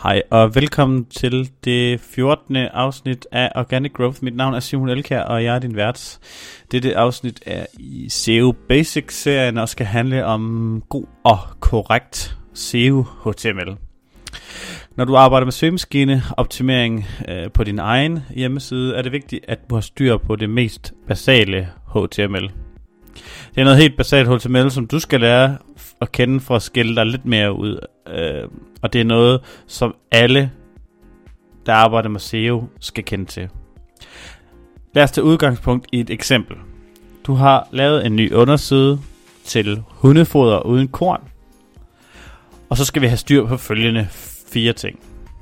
Hej og velkommen til det 14. afsnit af Organic Growth. Mit navn er Simon Elkjær, og jeg er din vært. Dette afsnit er i SEO Basics-serien og skal handle om god og korrekt SEO HTML. Når du arbejder med søgemaskineoptimering på din egen hjemmeside, er det vigtigt, at du har styr på det mest basale HTML. Det er noget helt basalt HTML, som du skal lære at kende for at skille dig lidt mere ud. Og det er noget, som alle, der arbejder med SEO, skal kende til. Lad os tage udgangspunkt i et eksempel. Du har lavet en ny underside til hundefoder uden korn. Og så skal vi have styr på følgende 4 ting.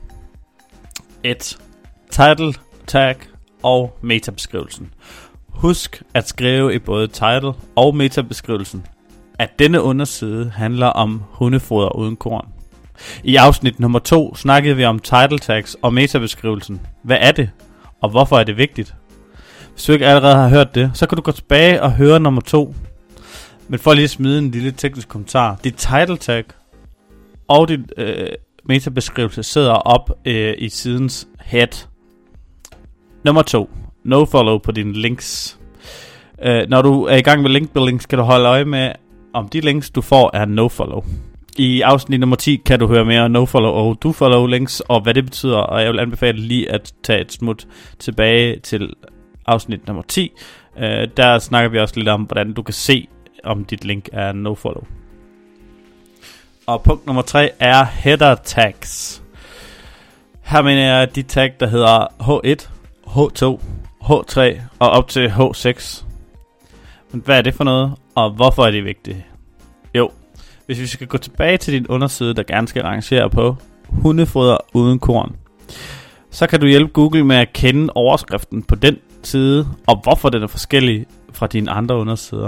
1. Title, tag og metabeskrivelsen. Husk at skrive i både title og metabeskrivelsen, at denne underside handler om hundefoder uden korn. I afsnit nummer 2 snakkede vi om title tags og metabeskrivelsen. Hvad er det, og hvorfor er det vigtigt? Hvis du ikke allerede har hørt det, så kan du gå tilbage og høre nummer 2. Men for lige at smide en lille teknisk kommentar. Dit title tag og dit metabeskrivelse sidder op i sidens head. Nummer 2. No-follow på dine links. Når du er i gang med linkbuilding, skal du holde øje med, om de links du får er no-follow. I afsnit nummer 10 kan du høre mere no-follow og do-follow links, og hvad det betyder, og jeg vil anbefale lige at tage et smut tilbage til afsnit nummer 10. Der snakker vi også lidt om, hvordan du kan se, om dit link er no-follow. Og punkt nummer 3 er header tags. Her mener jeg de tag, der hedder H1, H2, H3 og op til H6. Men hvad er det for noget, og hvorfor er det vigtigt? Jo, hvis vi skal gå tilbage til din underside, der gerne skal rangere på hundefoder uden korn, så kan du hjælpe Google med at kende overskriften på den side, og hvorfor den er forskellig fra dine andre undersider.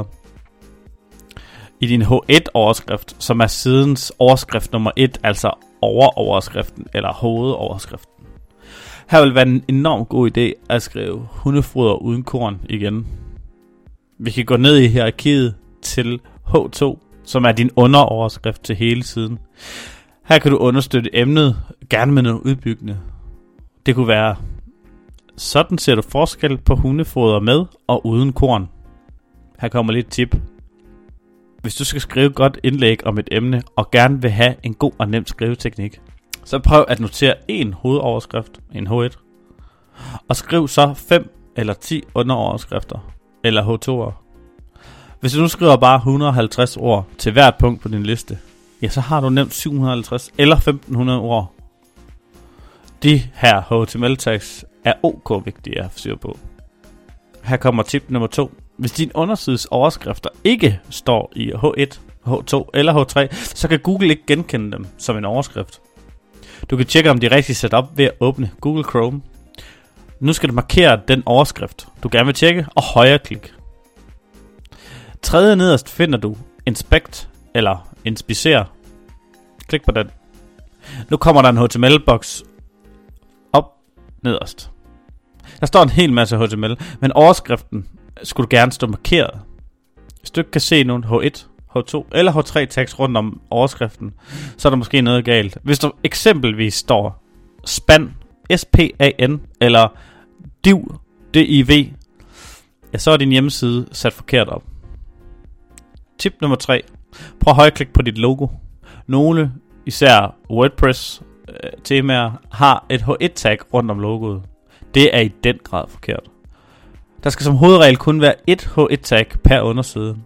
I din H1-overskrift, som er sidens overskrift nummer 1, altså overoverskriften eller hovedoverskriften. Her vil være en enormt god idé at skrive hundefoder uden korn igen. Vi kan gå ned i hierarkiet til H2, som er din underoverskrift til hele siden. Her kan du understøtte emnet, gerne med noget udbyggende. Det kunne være: sådan ser du forskel på hundefoder med og uden korn. Her kommer lidt tip. Hvis du skal skrive et godt indlæg om et emne, og gerne vil have en god og nem skriveteknik, så prøv at notere en hovedoverskrift, en H1, og skriv så 5 eller 10 underoverskrifter, eller H2'er. Hvis du nu skriver bare 150 ord til hvert punkt på din liste, ja, så har du nemt 750 eller 1500 ord. De her HTML tags er ok vigtige at styre på. Her kommer tip nummer 2. Hvis din undersides overskrifter ikke står i H1, H2 eller H3, så kan Google ikke genkende dem som en overskrift. Du kan tjekke, om de er rigtig sat op ved at åbne Google Chrome. Nu skal du markere den overskrift, du gerne vil tjekke, og højreklik. Tredje nederst finder du Inspect eller Inspicere. Klik på den. Nu kommer der en HTML-boks op nederst. Der står en hel masse HTML, men overskriften skulle gerne stå markeret. Hvis du ikke kan se nogen H1, H2 eller H3 tags rundt om overskriften, så er der måske noget galt. Hvis der eksempelvis står span, S-P-A-N eller div, D-I-V, ja, så er din hjemmeside sat forkert op. Tip nummer 3. Prøv at højreklik på dit logo. Nogle, især WordPress temaer, har et H1-tag rundt om logoet. Det er i den grad forkert. Der skal som hovedregel kun være et H1-tag per underside.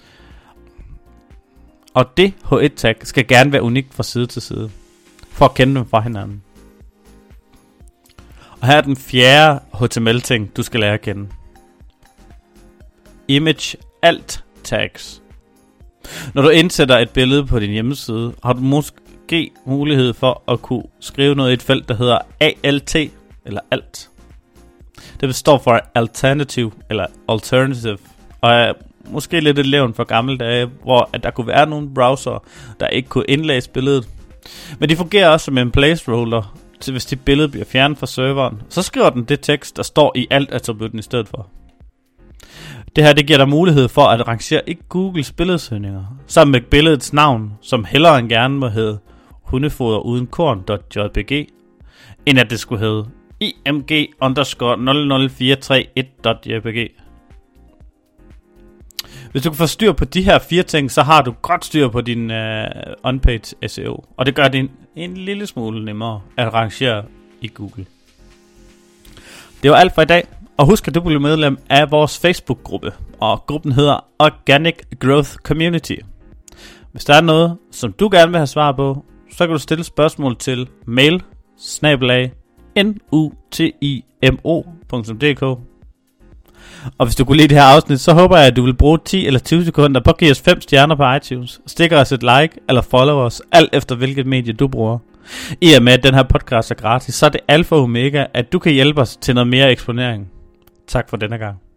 Og det H1-tag skal gerne være unikt fra side til side, for at kende dem fra hinanden. Og her er den 4. HTML-ting, du skal lære at kende. Image Alt Tags. Når du indsætter et billede på din hjemmeside, har du måske mulighed for at kunne skrive noget i et felt, der hedder ALT eller alt. Det står for Alternative eller Alternative, og er måske lidt et levn for gamle dage, hvor at der kunne være nogle browser, der ikke kunne indlæse billedet. Men de fungerer også som en placeholder, til hvis dit billede bliver fjernet fra serveren. Så skriver den det tekst, der står i alt-attributen i stedet for. Det her, det giver dig mulighed for at rangere i Googles billedsøgninger, sammen med billedets navn, som hellere end gerne må hedde hundefoderudenkorn.jpg, end at det skulle hedde img_00431.jpg. Hvis du kan få styr på de her 4 ting, så har du godt styr på din on-page SEO. Og det gør det en lille smule nemmere at rangere i Google. Det var alt for i dag. Og husk, at du bliver medlem af vores Facebook-gruppe. Og gruppen hedder Organic Growth Community. Hvis der er noget, som du gerne vil have svar på, så kan du stille spørgsmål til mail@nutimo.dk. Og hvis du kunne lide det her afsnit, så håber jeg, at du vil bruge 10 eller 20 sekunder på at give os 5 stjerner på iTunes. Stikker os et like eller follow os, alt efter hvilket medie du bruger. I og med, at den her podcast er gratis, så er det alfa og omega, at du kan hjælpe os til noget mere eksponering. Tak for denne gang.